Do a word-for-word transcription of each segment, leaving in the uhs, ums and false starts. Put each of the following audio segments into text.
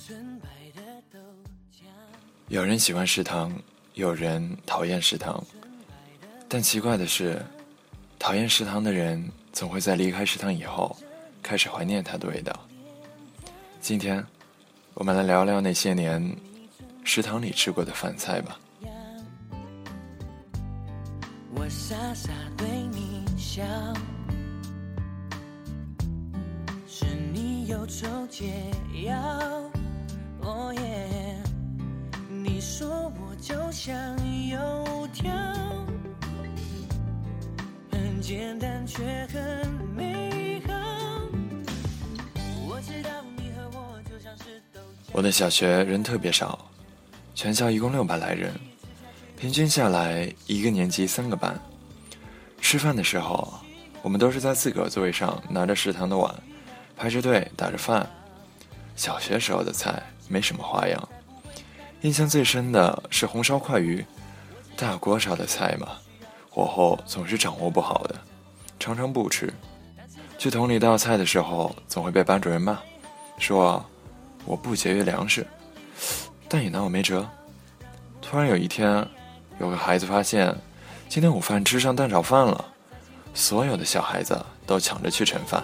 有人喜欢食堂，有人讨厌食堂，但奇怪的是，讨厌食堂的人总会在离开食堂以后开始怀念它的味道。今天我们来聊聊那些年食堂里吃过的饭菜吧。 我傻傻对你笑，是你忧愁解药，哦耶，你说我就像油条，很简单却很美好。我知道你和我就像是豆浆。 我的小学人特别少，全校一共六百来人，平均下来一个年级三个班。吃饭的时候，我们都是在自个儿座位上拿着食堂的碗，排着队打着饭。小学时候的菜没什么花样，印象最深的是红烧快鱼，大锅烧的菜嘛，火候总是掌握不好的，常常不吃。去桶里倒菜的时候，总会被班主任骂，说我不节约粮食，但也拿我没辙。突然有一天，有个孩子发现今天午饭吃上蛋炒饭了，所有的小孩子都抢着去盛饭。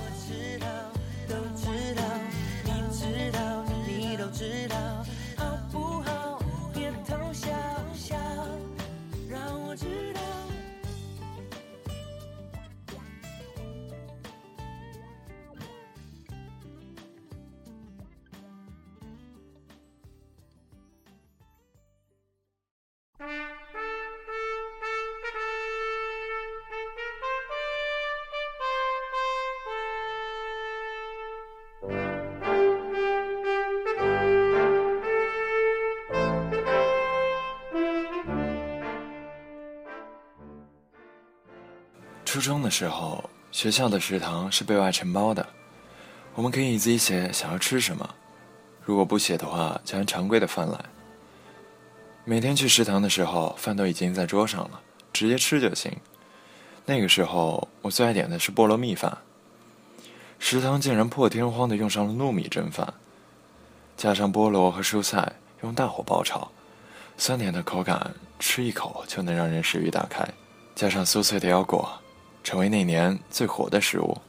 初中的时候，学校的食堂是对外承包的，我们可以自己写想要吃什么，如果不写的话就按常规的饭来。每天去食堂的时候，饭都已经在桌上了，直接吃就行。那个时候我最爱点的是菠萝蜜饭，食堂竟然破天荒地用上了糯米蒸饭，加上菠萝和蔬菜，用大火爆炒，酸甜的口感吃一口就能让人食欲大开，加上酥脆的腰果，成为那年最火的食物。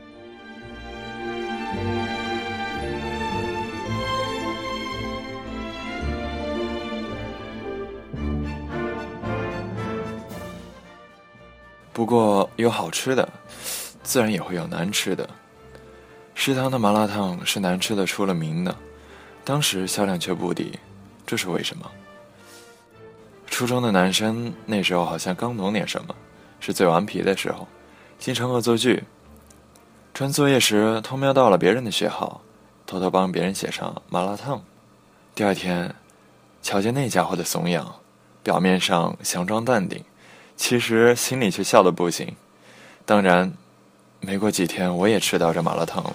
不过有好吃的，自然也会有难吃的。食堂的麻辣烫是难吃的出了名的，当时销量却不低，这是为什么？初中的男生那时候好像刚懂点什么，是最顽皮的时候，经常恶作剧。传作业时偷瞄到了别人的学号，偷偷帮别人写上麻辣烫。第二天瞧见那家伙的怂样，表面上强装淡定，其实心里却笑得不行。当然没过几天我也吃到这麻辣烫了。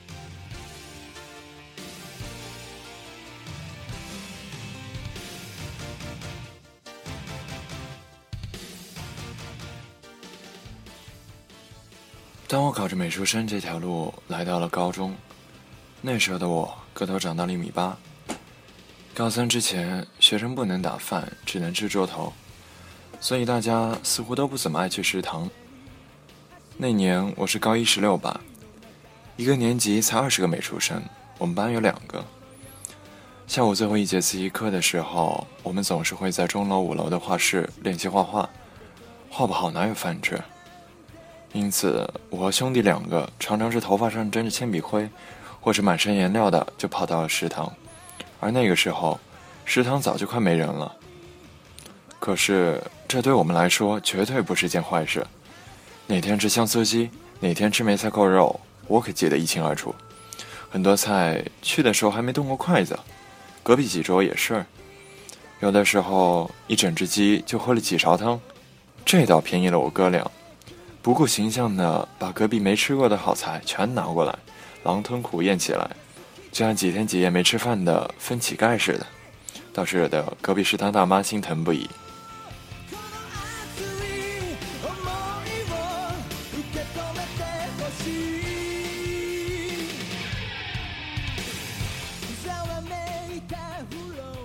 当我考着美术生这条路来到了高中，那时候的我个头长到了一米八。高三之前，学生不能打饭，只能吃桌头，所以大家似乎都不怎么爱去食堂。那年我是高一十六班，一个年级才二十个美术生，我们班有两个。下午最后一节自习课的时候，我们总是会在钟楼五楼的画室练习画画，画不好哪有饭吃？因此我和兄弟两个常常是头发上沾着铅笔灰，或者满身颜料的就跑到了食堂。而那个时候食堂早就快没人了，可是这对我们来说绝对不是件坏事。哪天吃香酥鸡，哪天吃梅菜扣肉，我可记得一清二楚。很多菜去的时候还没动过筷子，隔壁几桌也是。有的时候一整只鸡就喝了几勺汤，这倒便宜了我哥俩，不顾形象的把隔壁没吃过的好菜全拿过来，狼吞虎咽起来，就像几天几夜没吃饭的分乞丐似的，倒是惹得隔壁食堂大妈心疼不已。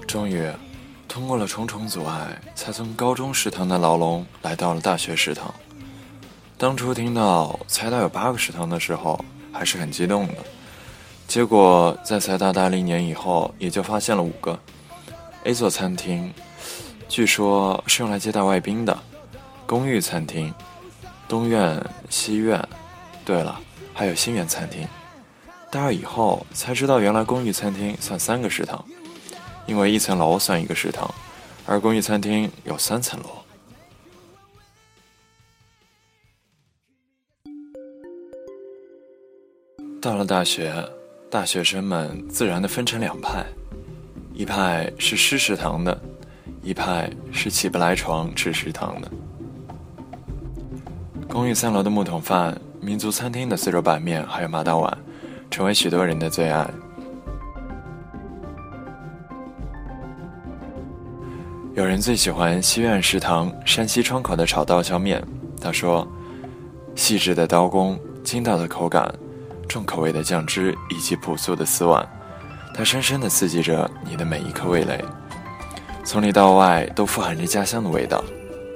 终于通过了重重阻碍，才从高中食堂的牢笼来到了大学食堂。当初听到财大有八个食堂的时候，还是很激动的。结果在财大待了一年以后，也就发现了五个。A 座餐厅据说是用来接待外宾的，公寓餐厅、东院、西院，对了，还有新园餐厅。大二以后才知道，原来公寓餐厅算三个食堂，因为一层楼算一个食堂，而公寓餐厅有三层楼。到了大学，大学生们自然地分成两派，一派是吃食堂的，一派是起不来床吃食堂的。公寓三楼的木桶饭、民族餐厅的碎肉板面还有马刀碗，成为许多人的最爱。有人最喜欢西苑食堂山西窗口的炒刀削面，他说，细致的刀工、筋道的口感、重口味的酱汁以及朴素的丝碗，它深深地刺激着你的每一颗味蕾，从里到外都富含着家乡的味道。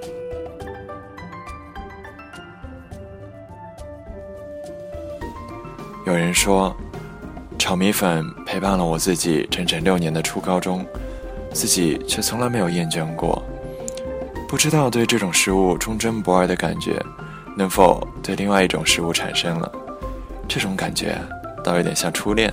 有人说，炒米粉陪伴了我自己整整六年的初高中，自己却从来没有厌倦过。不知道对这种食物忠贞不二的感觉，能否对另外一种食物产生了？这种感觉倒有点像初恋。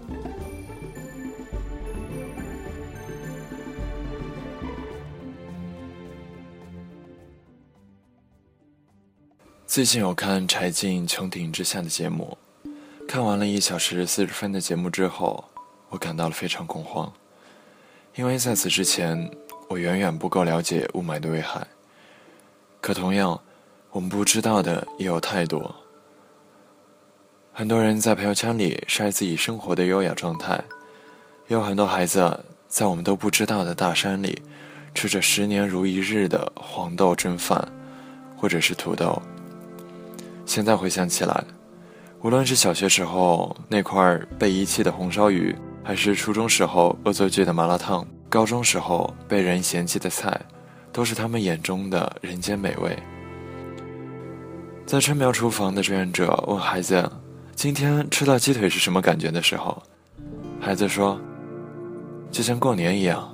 最近有看柴静《穹顶之下》的节目，看完了一小时四十分的节目之后，我感到了非常恐慌，因为在此之前，我远远不够了解雾霾的危害。可同样，我们不知道的也有太多。很多人在朋友圈里晒自己生活的优雅状态，也有很多孩子在我们都不知道的大山里吃着十年如一日的黄豆蒸饭，或者是土豆。现在回想起来，无论是小学时候那块被遗弃的红烧鱼，还是初中时候恶作剧的麻辣烫，高中时候被人嫌弃的菜，都是他们眼中的人间美味。在春苗厨房的志愿者问孩子，今天吃到鸡腿是什么感觉的时候，孩子说，就像过年一样。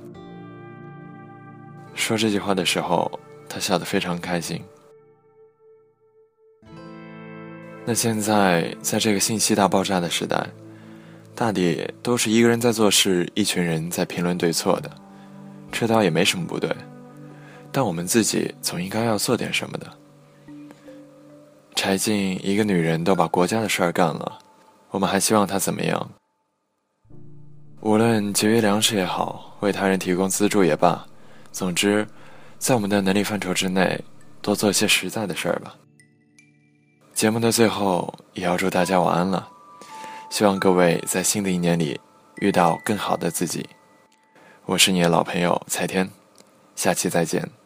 说这句话的时候，他笑得非常开心。那现在在这个信息大爆炸的时代，大抵都是一个人在做事，一群人在评论对错的，这倒也没什么不对，但我们自己总应该要做点什么的。柴静一个女人都把国家的事儿干了，我们还希望她怎么样？无论节约粮食也好，为他人提供资助也罢，总之在我们的能力范畴之内，多做些实在的事儿吧。节目的最后也要祝大家晚安了，希望各位在新的一年里遇到更好的自己。我是你的老朋友蔡天，下期再见。